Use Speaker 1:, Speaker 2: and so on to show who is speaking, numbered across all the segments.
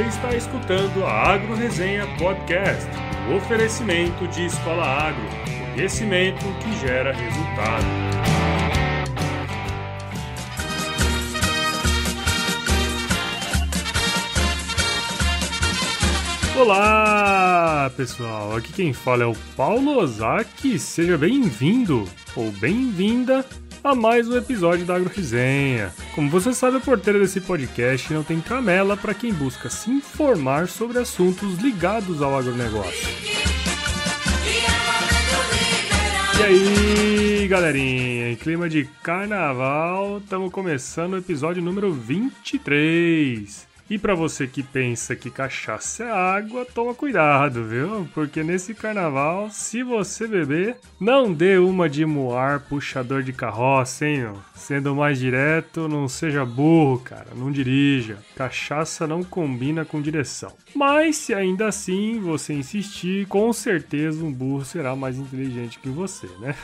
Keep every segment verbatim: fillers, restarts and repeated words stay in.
Speaker 1: está escutando a Agro Resenha Podcast, o oferecimento de Escola Agro, conhecimento que gera resultado. Olá, pessoal! Aqui quem fala é o Paulo Ozaki. Seja bem-vindo ou bem-vinda a mais um episódio da Agro Resenha. Como você sabe, a porteira desse podcast não tem camela para quem busca se informar sobre assuntos ligados ao agronegócio. E aí, galerinha, em clima de carnaval, estamos começando o episódio número vinte e três. E pra você que pensa que cachaça é água, toma cuidado, viu? Porque nesse carnaval, se você beber, não dê uma de moar puxador de carroça, hein? Meu? Sendo mais direto, não seja burro, cara, não dirija. Cachaça não combina com direção. Mas se ainda assim você insistir, com certeza um burro será mais inteligente que você, né?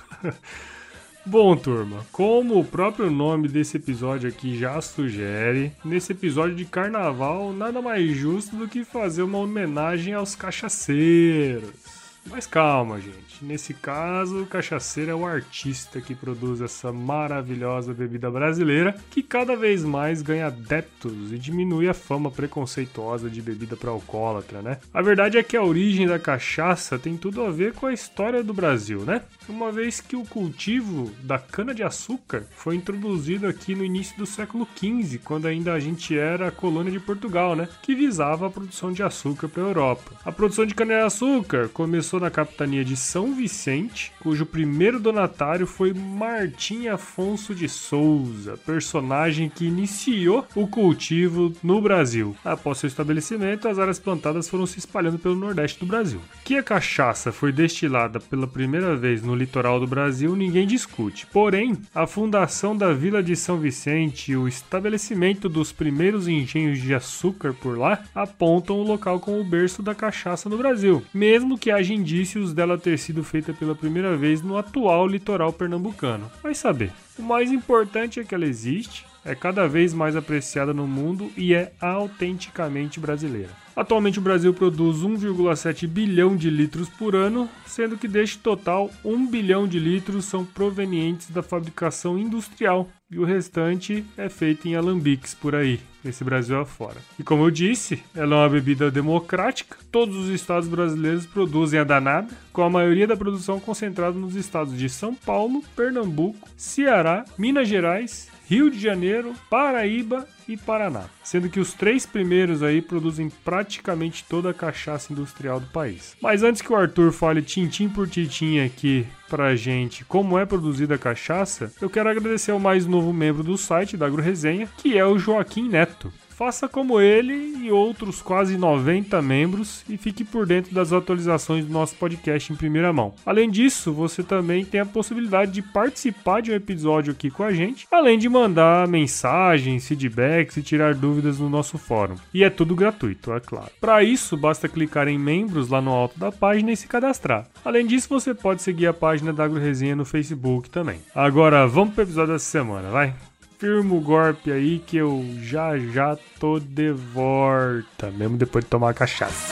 Speaker 1: Bom, turma, como o próprio nome desse episódio aqui já sugere, nesse episódio de carnaval, nada mais justo do que fazer uma homenagem aos cachaceiros. Mas calma, gente. Nesse caso, o cachaceiro é o artista que produz essa maravilhosa bebida brasileira que cada vez mais ganha adeptos e diminui a fama preconceituosa de bebida para alcoólatra, né? A verdade é que a origem da cachaça tem tudo a ver com a história do Brasil, né? Uma vez que o cultivo da cana-de-açúcar foi introduzido aqui no início do século quinze, quando ainda a gente era a colônia de Portugal, né? Que visava a produção de açúcar para a Europa. A produção de cana-de-açúcar começou na capitania de São Vicente, cujo primeiro donatário foi Martim Afonso de Souza, personagem que iniciou o cultivo no Brasil. Após seu estabelecimento, as áreas plantadas foram se espalhando pelo Nordeste do Brasil. Que a cachaça foi destilada pela primeira vez no litoral do Brasil, ninguém discute. Porém, a fundação da Vila de São Vicente e o estabelecimento dos primeiros engenhos de açúcar por lá apontam o local como o berço da cachaça no Brasil, mesmo que haja indícios dela ter sido feita pela primeira vez no atual litoral pernambucano. Vai saber. O mais importante é que ela existe, é cada vez mais apreciada no mundo e é autenticamente brasileira. Atualmente o Brasil produz um vírgula sete bilhão de litros por ano, sendo que deste total um bilhão de litros são provenientes da fabricação industrial e o restante é feito em alambiques por aí, nesse Brasil afora. E como eu disse, ela é uma bebida democrática, todos os estados brasileiros produzem a danada, com a maioria da produção concentrada nos estados de São Paulo, Pernambuco, Ceará, Minas Gerais, Rio de Janeiro, Paraíba e Paraná, sendo que os três primeiros aí produzem praticamente toda a cachaça industrial do país. Mas antes que o Arthur fale tintim por tintim aqui pra gente como é produzida a cachaça, eu quero agradecer ao mais novo membro do site da Agro Resenha, que é o Joaquim Neto. Faça como ele e outros quase noventa membros e fique por dentro das atualizações do nosso podcast em primeira mão. Além disso, você também tem a possibilidade de participar de um episódio aqui com a gente, além de mandar mensagens, feedbacks e tirar dúvidas no nosso fórum. E é tudo gratuito, é claro. Para isso, basta clicar em membros lá no alto da página e se cadastrar. Além disso, você pode seguir a página da Agro Resenha no Facebook também. Agora, vamos para o episódio dessa semana, vai? Firma o golpe aí que eu já já tô de volta, mesmo depois de tomar a cachaça.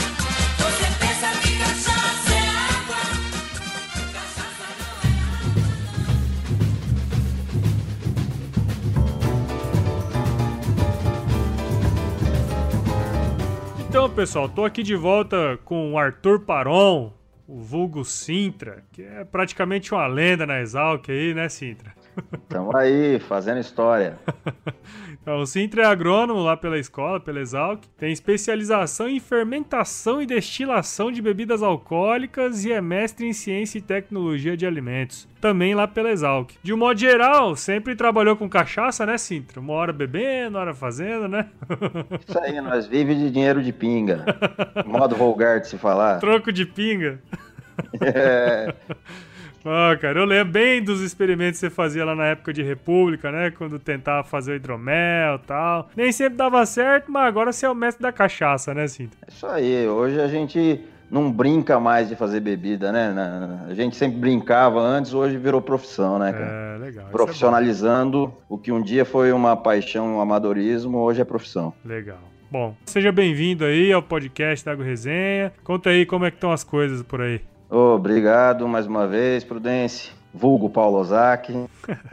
Speaker 1: Então, pessoal, tô aqui de volta com o Arthur Paron, o vulgo Sintra, que é praticamente uma lenda na Exalc aí, né, Sintra?
Speaker 2: Estamos aí, fazendo história.
Speaker 1: Então, o Sintra é agrônomo lá pela escola, pela Exalc, tem especialização em fermentação e destilação de bebidas alcoólicas e é mestre em ciência e tecnologia de alimentos, também lá pela Exalc. De um modo geral, sempre trabalhou com cachaça, né, Sintra? Uma hora bebendo, uma hora fazendo, né?
Speaker 2: Isso aí, nós vivemos de dinheiro de pinga, modo vulgar de se falar.
Speaker 1: Troco de pinga.
Speaker 2: É...
Speaker 1: Ah, cara, eu lembro bem dos experimentos que você fazia lá na época de República, né? Quando tentava fazer o hidromel e tal. Nem sempre dava certo, mas agora você é o mestre da cachaça, né, Cinto?
Speaker 2: É isso aí, hoje a gente não brinca mais de fazer bebida, né? A gente sempre brincava antes, hoje virou profissão, né, cara?
Speaker 1: É, legal.
Speaker 2: Profissionalizando é o que um dia foi uma paixão, um amadorismo, hoje é profissão.
Speaker 1: Legal. Bom, seja bem-vindo aí ao podcast da AgroResenha. Conta aí como é que estão as coisas por aí.
Speaker 2: Oh, obrigado mais uma vez, Prudence, vulgo Paulo Ozaki.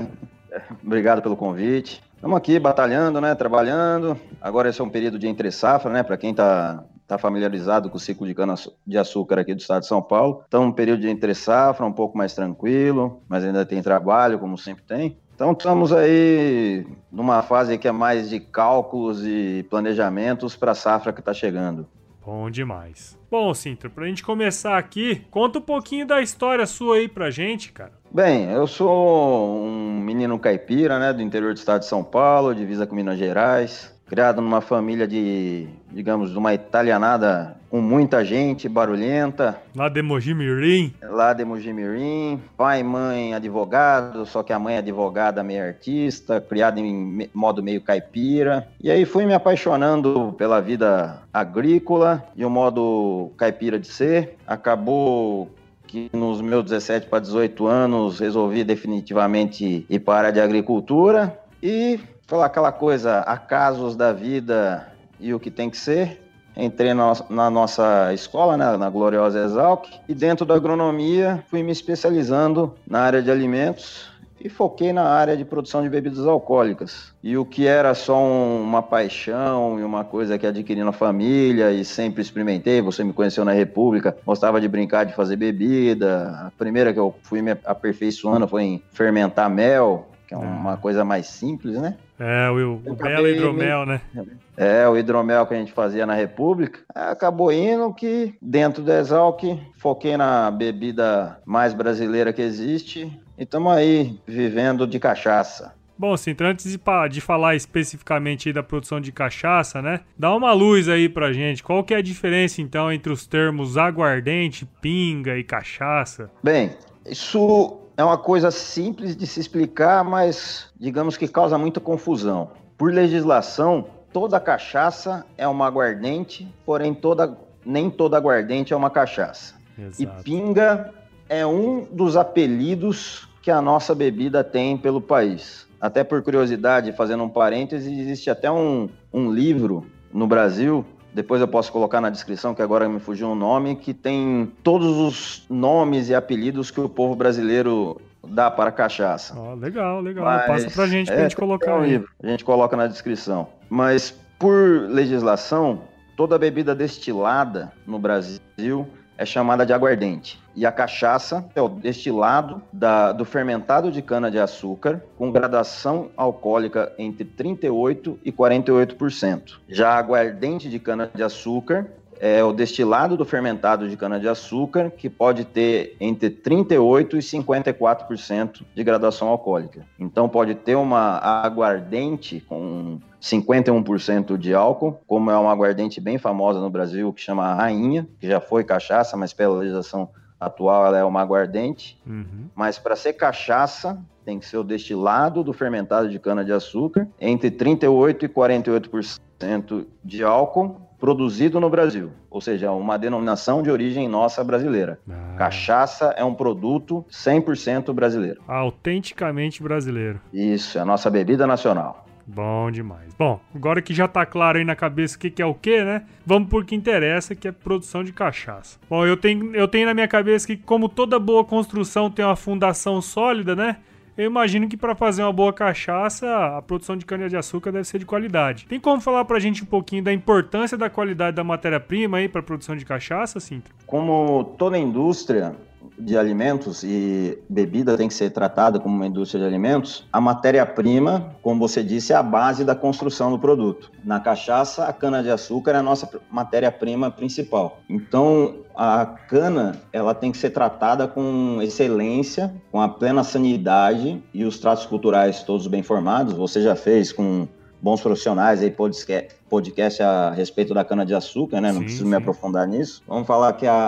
Speaker 2: Obrigado pelo convite. Estamos aqui batalhando, né, trabalhando. Agora esse é um período de entre-safra, né, para quem está tá familiarizado com o ciclo de cana-de-açúcar aqui do estado de São Paulo. Então, um período de entre-safra, um pouco mais tranquilo, mas ainda tem trabalho, como sempre tem. Então, estamos aí numa fase que é mais de cálculos e planejamentos para a safra que está chegando.
Speaker 1: Bom demais. Bom, Sintra, pra gente começar aqui, conta um pouquinho da história sua aí pra gente, cara.
Speaker 2: Bem, eu sou um menino caipira, né, do interior do estado de São Paulo, divisa com Minas Gerais. Criado numa família de, digamos, de uma italianada com muita gente, barulhenta.
Speaker 1: Lá de Mogi Mirim.
Speaker 2: Lá de Mogi Mirim. Pai e mãe advogado, só que a mãe é advogada meio artista, criada em modo meio caipira. E aí fui me apaixonando pela vida agrícola e o modo caipira de ser. Acabou que nos meus dezessete para dezoito anos resolvi definitivamente ir para a área de agricultura e... falar aquela coisa, acasos da vida e o que tem que ser. Entrei na, na nossa escola, né, na gloriosa Exalc, e dentro da agronomia fui me especializando na área de alimentos e foquei na área de produção de bebidas alcoólicas. E o que era só um, uma paixão e uma coisa que adquiri na família e sempre experimentei, você me conheceu na República, gostava de brincar de fazer bebida. A primeira que eu fui me aperfeiçoando foi em fermentar mel, que é uma coisa mais simples, né?
Speaker 1: É, o, o belo hidromel, né?
Speaker 2: É, o hidromel que a gente fazia na República. Acabou indo que, dentro da Exalc, foquei na bebida mais brasileira que existe e estamos aí, vivendo de cachaça.
Speaker 1: Bom, Sintra, antes de, de falar especificamente aí da produção de cachaça, né? Dá uma luz aí pra gente. Qual que é a diferença, então, entre os termos aguardente, pinga e cachaça?
Speaker 2: Bem, isso... é uma coisa simples de se explicar, mas digamos que causa muita confusão. Por legislação, toda cachaça é uma aguardente, porém toda, nem toda aguardente é uma cachaça. Exato. E pinga é um dos apelidos que a nossa bebida tem pelo país. Até por curiosidade, fazendo um parêntese, existe até um, um livro no Brasil... depois eu posso colocar na descrição, que agora me fugiu um nome, que tem todos os nomes e apelidos que o povo brasileiro dá para a cachaça.
Speaker 1: Oh, legal, legal.
Speaker 2: Mas,
Speaker 1: passa pra gente, é, pra gente colocar
Speaker 2: um
Speaker 1: aí.
Speaker 2: Livro, a gente coloca na descrição. Mas, por legislação, toda bebida destilada no Brasil é chamada de aguardente. E a cachaça é o destilado da, do fermentado de cana-de-açúcar com gradação alcoólica entre trinta e oito por cento e quarenta e oito por cento. Já a aguardente de cana-de-açúcar é o destilado do fermentado de cana-de-açúcar, que pode ter entre trinta e oito por cento e cinquenta e quatro por cento de gradação alcoólica. Então pode ter uma aguardente com cinquenta e um por cento de álcool, como é uma aguardente bem famosa no Brasil, que chama Rainha, que já foi cachaça, mas pela legislação atual ela é uma aguardente. Uhum. Mas para ser cachaça, tem que ser o destilado do fermentado de cana-de-açúcar, entre trinta e oito por cento e quarenta e oito por cento de álcool, produzido no Brasil, ou seja, uma denominação de origem nossa brasileira. Ah. Cachaça é um produto cem por cento brasileiro.
Speaker 1: Autenticamente brasileiro.
Speaker 2: Isso, é a nossa bebida nacional.
Speaker 1: Bom demais. Bom, agora que já tá claro aí na cabeça o que, que é o que, né? Vamos por que interessa, que é produção de cachaça. Bom, eu tenho, eu tenho na minha cabeça que, como toda boa construção tem uma fundação sólida, né? Eu imagino que para fazer uma boa cachaça, a produção de cana-de-açúcar deve ser de qualidade. Tem como falar pra gente um pouquinho da importância da qualidade da matéria-prima aí para a produção de cachaça, Sintra?
Speaker 2: Como toda indústria de alimentos e bebida tem que ser tratada como uma indústria de alimentos, a matéria-prima, como você disse, é a base da construção do produto. Na cachaça, a cana-de-açúcar é a nossa matéria-prima principal. Então, a cana, ela tem que ser tratada com excelência, com a plena sanidade e os tratos culturais todos bem formados. Você já fez com bons profissionais aí, podcast a respeito da cana-de-açúcar, né? Não sim, preciso sim. me aprofundar nisso. Vamos falar que a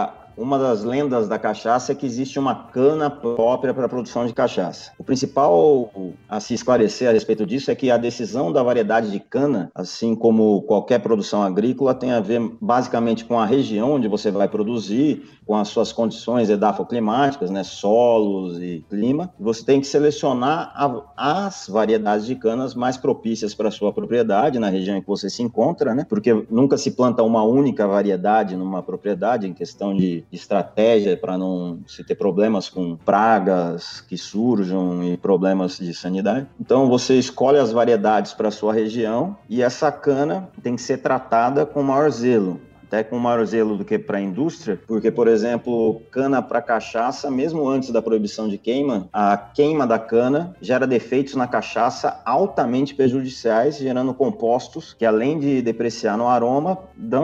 Speaker 2: uma das lendas da cachaça é que existe uma cana própria para a produção de cachaça. O principal a se esclarecer a respeito disso é que a decisão da variedade de cana, assim como qualquer produção agrícola, tem a ver basicamente com a região onde você vai produzir, com as suas condições edafoclimáticas, né, solos e clima. Você tem que selecionar a, as variedades de canas mais propícias para a sua propriedade, na região em que você se encontra, né, porque nunca se planta uma única variedade numa propriedade, em questão de estratégia para não se ter problemas com pragas que surjam e problemas de sanidade. Então você escolhe as variedades para a sua região e essa cana tem que ser tratada com maior zelo. Até com maior zelo do que para a indústria, porque, por exemplo, cana para cachaça, mesmo antes da proibição de queima, a queima da cana gera defeitos na cachaça altamente prejudiciais, gerando compostos que, além de depreciar no aroma,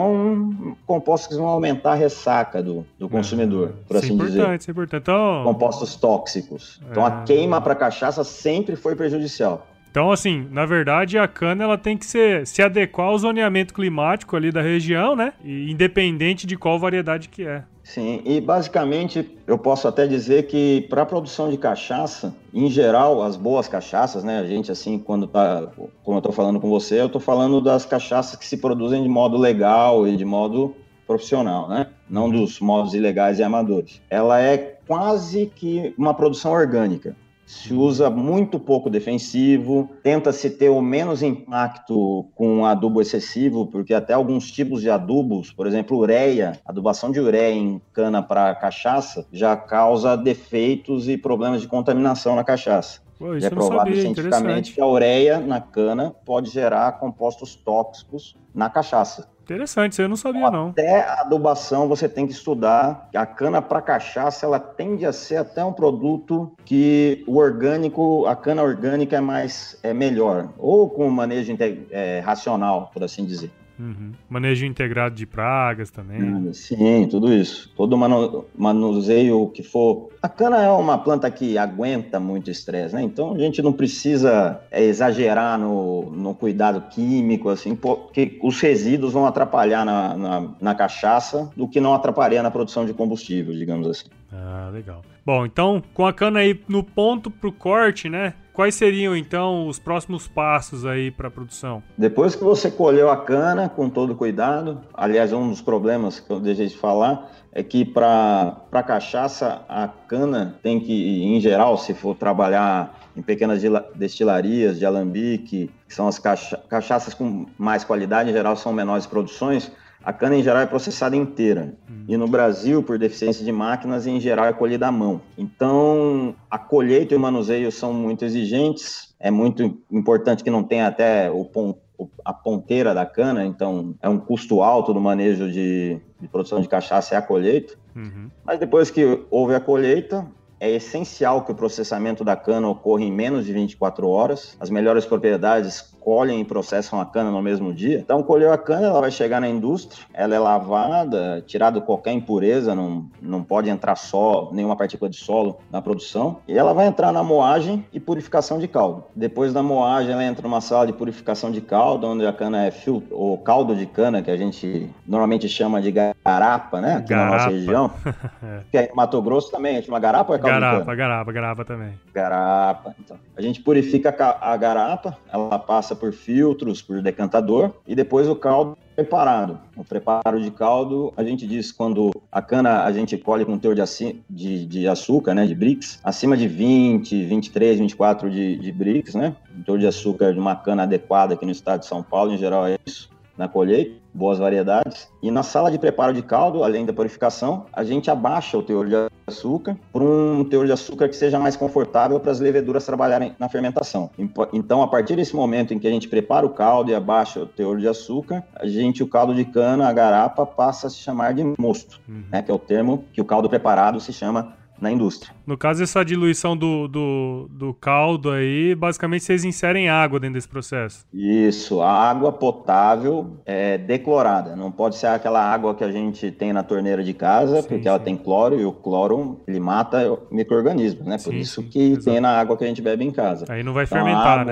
Speaker 2: dão compostos que vão aumentar a ressaca do, do consumidor, por assim dizer. Isso é importante, isso é importante. Então... Compostos tóxicos. Então, a queima para cachaça sempre foi prejudicial.
Speaker 1: Então, assim, na verdade, a cana ela tem que ser, se adequar ao zoneamento climático ali da região, né? E independente de qual variedade que é.
Speaker 2: Sim, e basicamente eu posso até dizer que para a produção de cachaça, em geral, as boas cachaças, né? A gente, assim, quando tá, como eu estou falando com você, eu estou falando das cachaças que se produzem de modo legal e de modo profissional, né? Não dos modos ilegais e amadores. Ela é quase que uma produção orgânica. Se usa muito pouco defensivo, tenta-se ter o menos impacto com adubo excessivo, porque até alguns tipos de adubos, por exemplo, ureia, adubação de ureia em cana para cachaça, já causa defeitos e problemas de contaminação na cachaça.
Speaker 1: Pô,
Speaker 2: já é provado cientificamente que a ureia na cana pode gerar compostos tóxicos na cachaça.
Speaker 1: Interessante, isso eu não sabia, não.
Speaker 2: Até a adubação você tem que estudar. A cana para cachaça, ela tende a ser até um produto que o orgânico, a cana orgânica é mais, é melhor. Ou com manejo é, racional, por assim dizer.
Speaker 1: Uhum. Manejo integrado de pragas também.
Speaker 2: Sim, tudo isso. Todo manu manuseio que for... A cana é uma planta que aguenta muito estresse, né? Então a gente não precisa é, exagerar no, no cuidado químico, assim, porque os resíduos vão atrapalhar na, na, na cachaça do que não atrapalhar na produção de combustível, digamos assim.
Speaker 1: Ah, legal. Bom, então, com a cana aí no ponto pro corte, né? Quais seriam, então, os próximos passos aí para a produção?
Speaker 2: Depois que você colheu a cana, com todo cuidado, aliás, um dos problemas que eu deixei de falar é que para a cachaça, a cana tem que, em geral, se for trabalhar em pequenas destilarias de alambique, que são as cacha cachaças com mais qualidade, em geral são menores produções, a cana, em geral, é processada inteira. Hum. E no Brasil, por deficiência de máquinas, em geral, é colhida à mão. Então, a colheita e o manuseio são muito exigentes. É muito importante que não tenha até o pon a ponteira da cana. Então, é um custo alto do manejo de, de produção de cachaça é a colheita. Uhum. Mas depois que houve a colheita, é essencial que o processamento da cana ocorra em menos de vinte e quatro horas. As melhores propriedades colhem e processam a cana no mesmo dia. Então, colheu a cana, ela vai chegar na indústria, ela é lavada, tirada qualquer impureza, não, não pode entrar só nenhuma partícula de solo na produção. E ela vai entrar na moagem e purificação de caldo. Depois da moagem, ela entra numa sala de purificação de caldo, onde a cana é filtro, o caldo de cana, que a gente normalmente chama de garapa, né? Aqui garapa. Na nossa região. Que é Mato Grosso também, a gente chama garapa ou é caldo
Speaker 1: garapa,
Speaker 2: de cana?
Speaker 1: Garapa, garapa também.
Speaker 2: Garapa. Então, a gente purifica a garapa, ela passa por filtros, por decantador, e depois o caldo é preparado. O preparo de caldo, a gente diz quando a cana a gente colhe com teor de, de, de açúcar, né, de Brix, acima de vinte, vinte e três, vinte e quatro de, de Brix, né, o teor de açúcar de uma cana adequada aqui no estado de São Paulo, em geral é isso, na colheita, boas variedades. E na sala de preparo de caldo, além da purificação, a gente abaixa o teor de açúcar por um teor de açúcar que seja mais confortável para as leveduras trabalharem na fermentação. Então, a partir desse momento em que a gente prepara o caldo e abaixa o teor de açúcar, a gente, o caldo de cana, a garapa, passa a se chamar de mosto, uhum. né, que é o termo que o caldo preparado se chama na indústria.
Speaker 1: No caso, essa diluição do, do, do caldo aí, basicamente vocês inserem água dentro desse processo?
Speaker 2: Isso, a água potável é declorada, não pode ser aquela água que a gente tem na torneira de casa, sim, porque sim. ela tem cloro, e o cloro, ele mata micro-organismos, né? Por sim, isso sim, que exato. Tem na água que a gente bebe em casa.
Speaker 1: Aí não vai então, fermentar,
Speaker 2: água,
Speaker 1: né?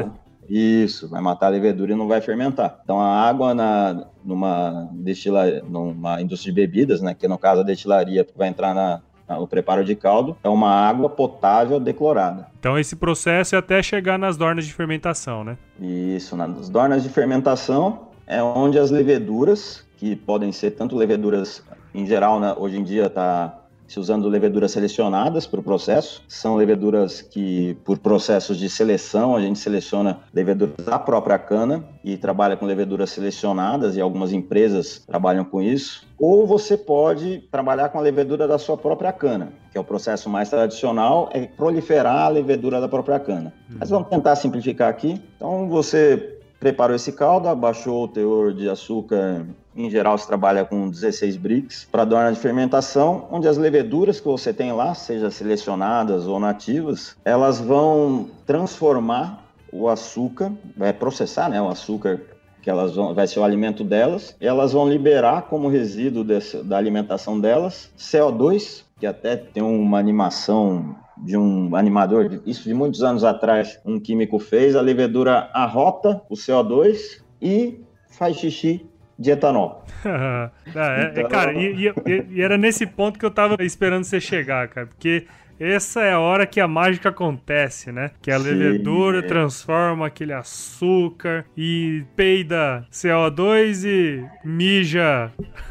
Speaker 2: Isso, vai matar a levedura e não vai fermentar. Então a água na, numa, destila, numa indústria de bebidas, né, que no caso a destilaria vai entrar na, na, no preparo de caldo, é uma água potável declorada.
Speaker 1: Então esse processo é até chegar nas dornas de fermentação, né?
Speaker 2: Isso, nas dornas de fermentação é onde as leveduras, que podem ser tanto leveduras, em geral, né, hoje em dia está se usando leveduras selecionadas para o processo. São leveduras que, por processos de seleção, a gente seleciona leveduras da própria cana e trabalha com leveduras selecionadas, e algumas empresas trabalham com isso. Ou você pode trabalhar com a levedura da sua própria cana, que é o processo mais tradicional, é proliferar a levedura da própria cana. Uhum. Mas vamos tentar simplificar aqui. Então você preparou esse caldo, abaixou o teor de açúcar. Em geral, se trabalha com dezesseis brix para dorna de fermentação, onde as leveduras que você tem lá, seja selecionadas ou nativas, elas vão transformar o açúcar, vai processar, né, o açúcar, que elas vão, vai ser o alimento delas, e elas vão liberar como resíduo desse, da alimentação delas C O dois, que até tem uma animação de um animador, isso de muitos anos atrás, um químico fez, a levedura arrota o C O dois e faz xixi de etanol.
Speaker 1: ah, é, então... Cara, e, e, e era nesse ponto que eu tava esperando você chegar, cara, porque essa é a hora que a mágica acontece, né? Que a levedura Sim, é. transforma aquele açúcar e peida C O dois e mija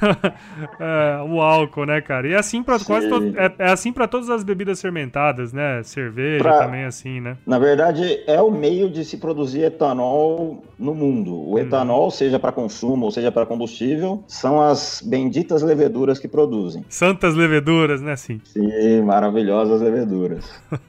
Speaker 1: é, o álcool, né, cara? E é assim para quase to... é, é assim para todas as bebidas fermentadas, né? Cerveja pra... também é assim, né?
Speaker 2: Na verdade, é o meio de se produzir etanol no mundo. O etanol, hum. seja para consumo ou seja para combustível, são as benditas leveduras que produzem.
Speaker 1: Santas leveduras, né, sim?
Speaker 2: Sim, maravilhosas leveduras.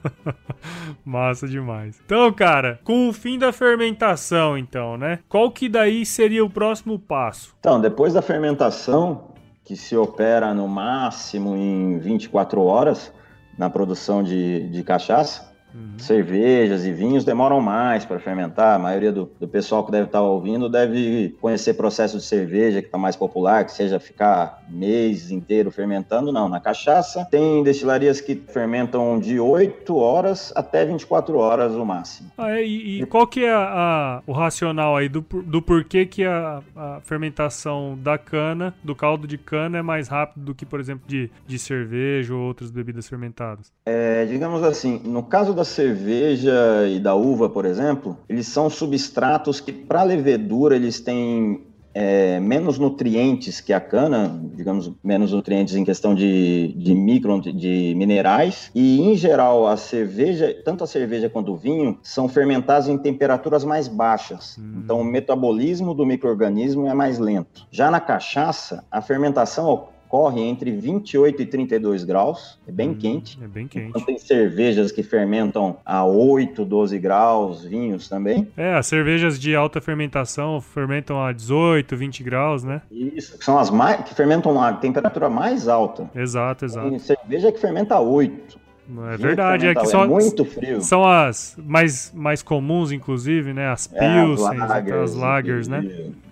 Speaker 1: Massa demais. Então, cara, com o fim da fermentação, então, né? Qual que daí seria o próximo passo?
Speaker 2: Então, depois da fermentação, que se opera no máximo em vinte e quatro horas na produção de, de cachaça, Uhum. cervejas e vinhos demoram mais para fermentar. A maioria do, do pessoal que deve estar ouvindo deve conhecer processo de cerveja que está mais popular, que seja ficar mês inteiro fermentando. Não, na cachaça tem destilarias que fermentam de oito horas até vinte e quatro horas o máximo.
Speaker 1: Ah, é, e, e qual que é a, a, o racional aí do, do porquê que a, a fermentação da cana, do caldo de cana, é mais rápido do que, por exemplo, de, de cerveja ou outras bebidas fermentadas?
Speaker 2: É, digamos assim, no caso da cerveja e da uva, por exemplo, eles são substratos que, para a levedura, eles têm é, menos nutrientes que a cana, digamos, menos nutrientes em questão de, de micro, de minerais, e, em geral, a cerveja, tanto a cerveja quanto o vinho, são fermentados em temperaturas mais baixas. Hum. Então, o metabolismo do micro-organismo é mais lento. Já na cachaça, a fermentação corre entre vinte e oito e trinta e dois graus, é bem hum, quente.
Speaker 1: É bem quente.
Speaker 2: Então tem cervejas que fermentam a oito, doze graus, vinhos também.
Speaker 1: É, as cervejas de alta fermentação fermentam a dezoito, vinte graus, né?
Speaker 2: Isso, que são as mais, que fermentam a temperatura mais alta.
Speaker 1: Exato, exato.
Speaker 2: Tem cerveja que fermenta a oito.
Speaker 1: É verdade, é que são,
Speaker 2: é muito frio.
Speaker 1: São as mais, mais comuns, inclusive, né? As Pilsens, é, as Lagers, né?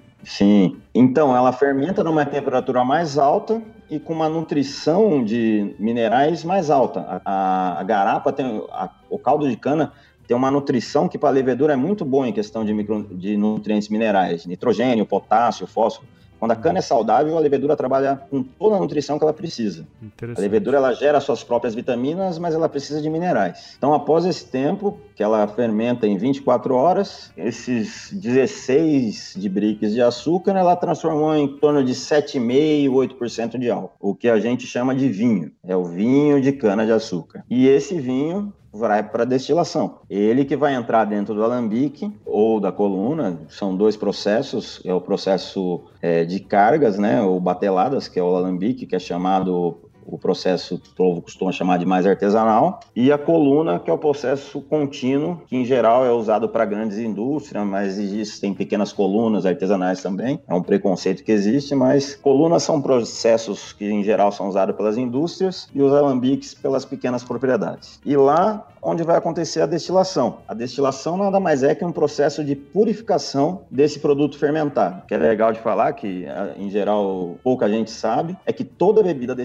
Speaker 2: Sim. Então, ela fermenta numa temperatura mais alta e com uma nutrição de minerais mais alta. A, a, a garapa tem... A, o caldo de cana tem uma nutrição que para a levedura é muito boa em questão de, micro, de nutrientes minerais. Nitrogênio, potássio, fósforo. Quando a cana é saudável, a levedura trabalha com toda a nutrição que ela precisa. A levedura ela gera suas próprias vitaminas, mas ela precisa de minerais. Então, após esse tempo, que ela fermenta em vinte e quatro horas, esses dezesseis de brix de açúcar, ela transformou em torno de sete vírgula cinco, oito por cento de álcool, o que a gente chama de vinho. É o vinho de cana-de-açúcar. E esse vinho vai para destilação. Ele que vai entrar dentro do alambique ou da coluna, são dois processos, é o processo é, de cargas, né, ou bateladas, que é o alambique, que é chamado, o processo que o povo costuma chamar de mais artesanal, e a coluna, que é o processo contínuo, que em geral é usado para grandes indústrias, mas existem pequenas colunas artesanais também, é um preconceito que existe, mas colunas são processos que em geral são usados pelas indústrias e os alambiques pelas pequenas propriedades. E lá onde vai acontecer a destilação. A destilação nada mais é que um processo de purificação desse produto fermentado. O que é legal de falar, que em geral pouca gente sabe, é que toda bebida destilada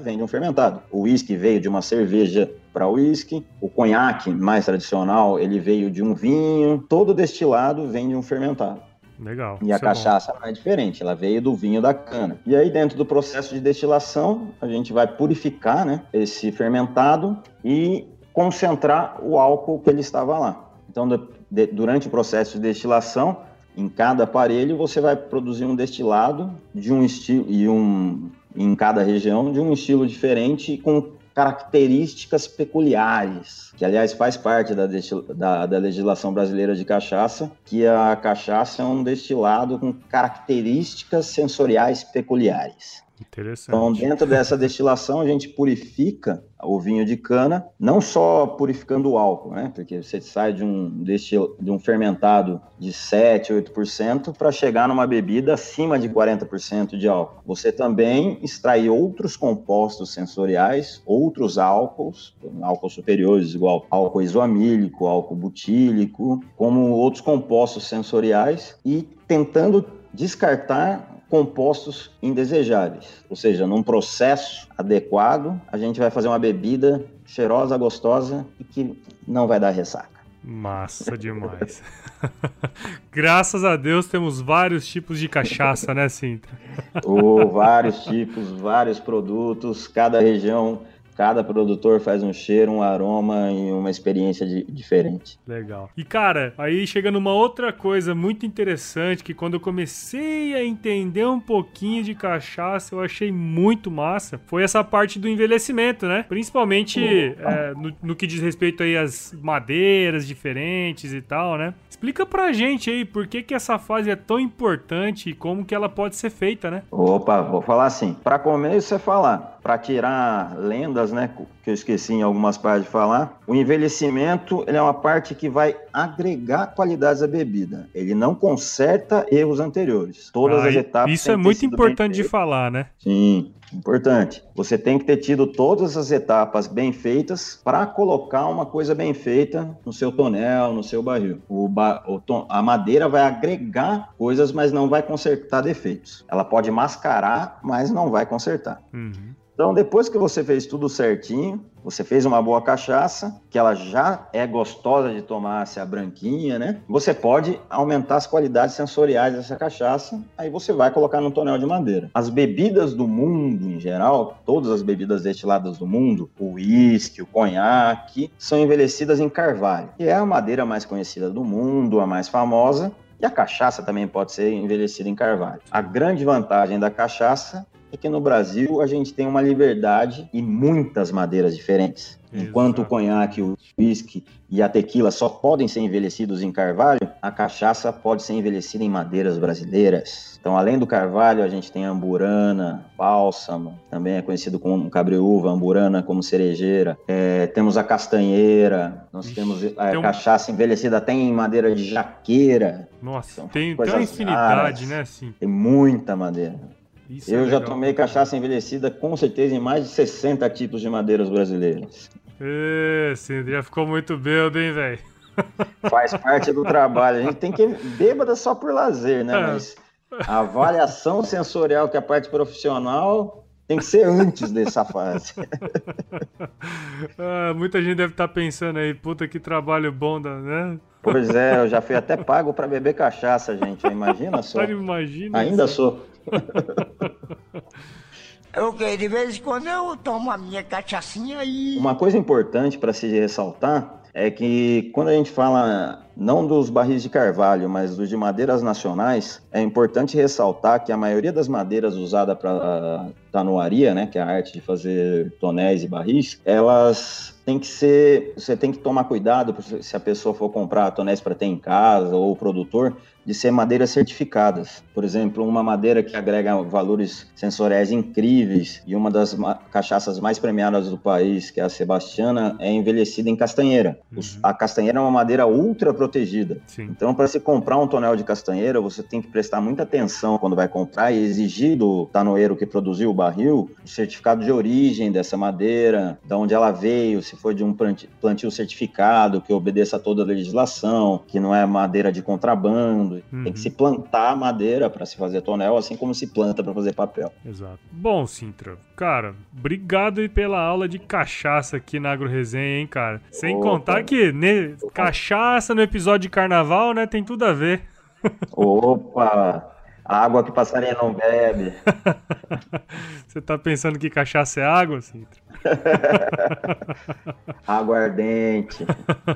Speaker 2: vem de um fermentado. O uísque veio de uma cerveja para o uísque, o conhaque mais tradicional, ele veio de um vinho, todo destilado vem de um fermentado.
Speaker 1: Legal.
Speaker 2: E a cachaça não é diferente, ela veio do vinho da cana. E aí, dentro do processo de destilação, a gente vai purificar, né, esse fermentado e concentrar o álcool que ele estava lá. Então, de, durante o processo de destilação, em cada aparelho, você vai produzir um destilado de um estilo, e um, em cada região, de um estilo diferente, com características peculiares, que aliás faz parte da, destil... da, da legislação brasileira de cachaça, que a cachaça é um destilado com características sensoriais peculiares.
Speaker 1: Interessante.
Speaker 2: Então, dentro dessa destilação, a gente purifica o vinho de cana, não só purificando o álcool, né? Porque você sai de um, destil... de um fermentado de sete, oito por cento para chegar numa bebida acima de quarenta por cento de álcool. Você também extrai outros compostos sensoriais, outros álcools, álcools superiores, igual álcool isoamílico, álcool butílico, como outros compostos sensoriais, e tentando descartar compostos indesejáveis. Ou seja, num processo adequado, a gente vai fazer uma bebida cheirosa, gostosa e que não vai dar ressaca.
Speaker 1: Massa demais. Graças a Deus temos vários tipos de cachaça, né, Sintra?
Speaker 2: Oh, vários tipos, vários produtos, cada região... Cada produtor faz um cheiro, um aroma e uma experiência de, diferente.
Speaker 1: Legal. E, cara, aí chega numa outra coisa muito interessante, que quando eu comecei a entender um pouquinho de cachaça, eu achei muito massa, foi essa parte do envelhecimento, né? Principalmente é, no, no que diz respeito aí às madeiras diferentes e tal, né? Explica pra gente aí por que que essa fase é tão importante e como que ela pode ser feita, né?
Speaker 2: Opa, vou falar assim. Pra começo é falar. Pra tirar lendas, né, que eu esqueci em algumas partes de falar, o envelhecimento ele é uma parte que vai agregar qualidades à bebida. Ele não conserta erros anteriores. Todas
Speaker 1: ah,
Speaker 2: as etapas.
Speaker 1: Isso é muito importante de falar, né?
Speaker 2: Sim. Importante. Você tem que ter tido todas as etapas bem feitas para colocar uma coisa bem feita no seu tonel, no seu barril. O ba... o ton... A madeira vai agregar coisas, mas não vai consertar defeitos. Ela pode mascarar, mas não vai consertar.
Speaker 1: Uhum.
Speaker 2: Então, depois que você fez tudo certinho, você fez uma boa cachaça, que ela já é gostosa de tomar, se é a branquinha, né? Você pode aumentar as qualidades sensoriais dessa cachaça, aí você vai colocar no tonel de madeira. As bebidas do mundo, em geral, todas as bebidas destiladas do mundo, o uísque, o conhaque, são envelhecidas em carvalho, que é a madeira mais conhecida do mundo, a mais famosa, e a cachaça também pode ser envelhecida em carvalho. A grande vantagem da cachaça é que no Brasil a gente tem uma liberdade e muitas madeiras diferentes. Exato. Enquanto o conhaque, o uísque e a tequila só podem ser envelhecidos em carvalho, a cachaça pode ser envelhecida em madeiras brasileiras. Então, além do carvalho, a gente tem a amburana, bálsamo, também é conhecido como cabreúva, amburana como cerejeira. É, temos a castanheira, nós Ixi, temos a tem cachaça um... envelhecida até em madeira de jaqueira.
Speaker 1: Nossa, então, tem, tem uma infinidade, raras, né? Assim.
Speaker 2: Tem muita madeira. Isso eu é já tomei cachaça envelhecida com certeza em mais de sessenta tipos de madeiras brasileiras.
Speaker 1: Ê, sim, já ficou muito bêbado, hein, velho?
Speaker 2: Faz parte do trabalho. A gente tem que ir bêbada só por lazer, né? Mas a avaliação sensorial, que é a parte profissional, tem que ser antes dessa fase.
Speaker 1: Ah, muita gente deve estar pensando aí, puta que trabalho bom, né?
Speaker 2: Pois é, eu já fui até pago para beber cachaça, gente. Imagina só.
Speaker 1: Imagina
Speaker 2: Ainda isso. Sou.
Speaker 3: Ok, de vez em quando eu tomo a minha cachaçinha e...
Speaker 2: Uma coisa importante para se ressaltar é que quando a gente fala não dos barris de carvalho, mas dos de madeiras nacionais, é importante ressaltar que a maioria das madeiras usadas para tanoaria, né, que é a arte de fazer tonéis e barris, elas têm que ser, você tem que tomar cuidado se a pessoa for comprar tonéis para ter em casa ou o produtor, de ser madeiras certificadas. Por exemplo, uma madeira que agrega valores sensoriais incríveis e uma das ma- cachaças mais premiadas do país, que é a Sebastiana, é envelhecida em castanheira. Uhum. A castanheira é uma madeira ultra protegida.
Speaker 1: Sim.
Speaker 2: Então, para se comprar um tonel de castanheira, você tem que prestar muita atenção quando vai comprar e exigir do tanoeiro que produziu o barril o certificado de origem dessa madeira, de onde ela veio, se foi de um plantio certificado, que obedeça a toda a legislação, que não é madeira de contrabando. Uhum. Tem que se plantar madeira para se fazer tonel, assim como se planta para fazer papel.
Speaker 1: Exato. Bom, Sintra, cara, obrigado aí pela aula de cachaça aqui na AgroResenha, hein, cara? Sem Opa. contar que ne... cachaça no episódio de carnaval, né, tem tudo a ver.
Speaker 2: Opa! Água que passarinho não bebe.
Speaker 1: Você tá pensando que cachaça é água, Sintra?
Speaker 2: Aguardente.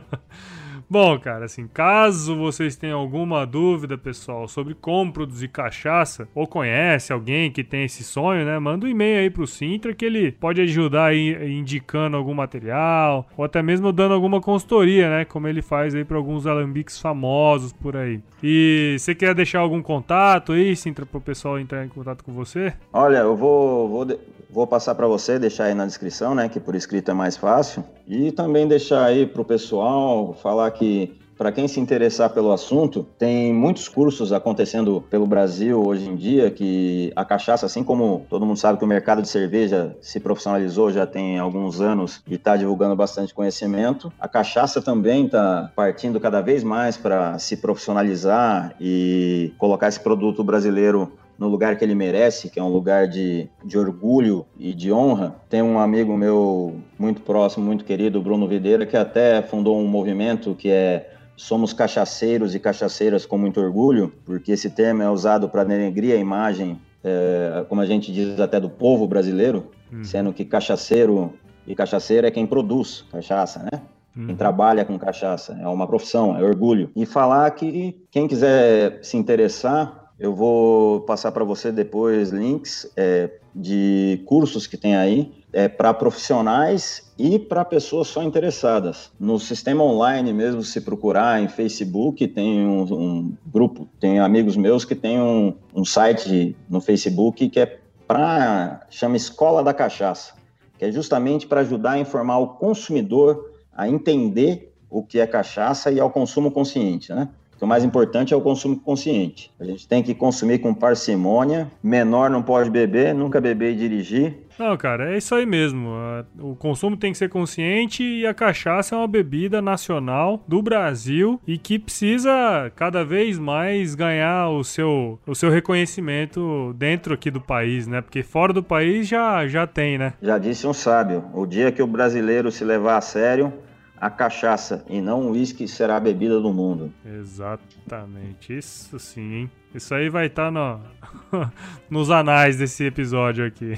Speaker 1: Bom, cara, assim, caso vocês tenham alguma dúvida, pessoal, sobre como produzir cachaça, ou conhece alguém que tem esse sonho, né, manda um e-mail aí pro Sintra que ele pode ajudar aí indicando algum material, ou até mesmo dando alguma consultoria, né, como ele faz aí para alguns alambiques famosos por aí. E você quer deixar algum contato aí, Sintra, pro pessoal entrar em contato com você?
Speaker 2: Olha, eu vou, vou, vou passar para você, deixar aí na descrição, né, que por escrito é mais fácil, e também deixar aí pro pessoal falar que, para quem se interessar pelo assunto, tem muitos cursos acontecendo pelo Brasil hoje em dia, que a cachaça, assim como todo mundo sabe que o mercado de cerveja se profissionalizou já tem alguns anos e está divulgando bastante conhecimento, a cachaça também está partindo cada vez mais para se profissionalizar e colocar esse produto brasileiro no lugar que ele merece, que é um lugar de, de orgulho e de honra. Tem um amigo meu muito próximo, muito querido, Bruno Videira, que até fundou um movimento que é Somos Cachaceiros e Cachaceiras com Muito Orgulho, porque esse termo é usado para denegrir a imagem, é, como a gente diz até do povo brasileiro, hum. sendo que cachaceiro e cachaceira é quem produz cachaça, né? Hum. Quem trabalha com cachaça, é uma profissão, é orgulho. E falar que quem quiser se interessar, eu vou passar para você depois links é, de cursos que tem aí é, para profissionais e para pessoas só interessadas. No sistema online mesmo, se procurar em Facebook, tem um, um grupo, tem amigos meus que tem um, um site no Facebook que é para, chama Escola da Cachaça, que é justamente para ajudar a informar o consumidor a entender o que é cachaça e ao consumo consciente, né? O mais importante é o consumo consciente. A gente tem que consumir com parcimônia, menor não pode beber, nunca beber e dirigir.
Speaker 1: Não, cara, é isso aí mesmo. O consumo tem que ser consciente e a cachaça é uma bebida nacional do Brasil e que precisa cada vez mais ganhar o seu, o seu reconhecimento dentro aqui do país, né? Porque fora do país já, já tem, né?
Speaker 2: Já disse um sábio, o dia que o brasileiro se levar a sério, a cachaça e não o uísque será a bebida do mundo.
Speaker 1: Exatamente, isso sim, hein? Isso aí vai estar tá no... nos anais desse episódio aqui.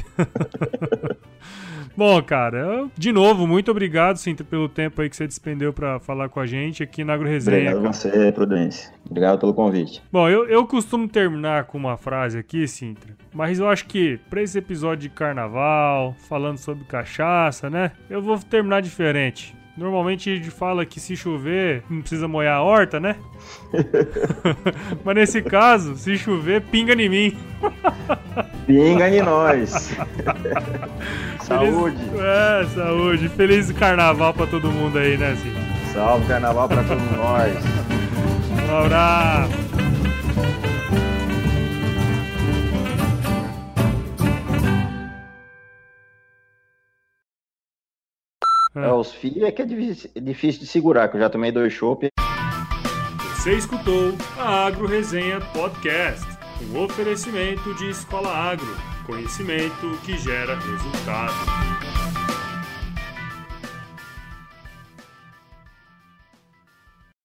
Speaker 1: Bom, cara, eu, de novo, muito obrigado, Sintra, pelo tempo aí que você despendeu para falar com a gente aqui na AgroResenha.
Speaker 2: Obrigado a você, Prudência. Obrigado pelo convite.
Speaker 1: Bom, eu, eu costumo terminar com uma frase aqui, Sintra, mas eu acho que para esse episódio de carnaval, falando sobre cachaça, né, eu vou terminar diferente. Normalmente a gente fala que se chover não precisa molhar a horta, né? Mas nesse caso, se chover, pinga em mim.
Speaker 2: Pinga em nós. Saúde.
Speaker 1: Feliz... É, saúde. Feliz carnaval pra todo mundo aí, né, Cid?
Speaker 2: Salve carnaval pra todos nós.
Speaker 1: Um abraço.
Speaker 2: É, os filhos é que é difícil, é difícil de segurar, que eu já tomei dois chopp.
Speaker 1: Você escutou a AgroResenha Podcast, um oferecimento de Escola Agro, conhecimento que gera resultado.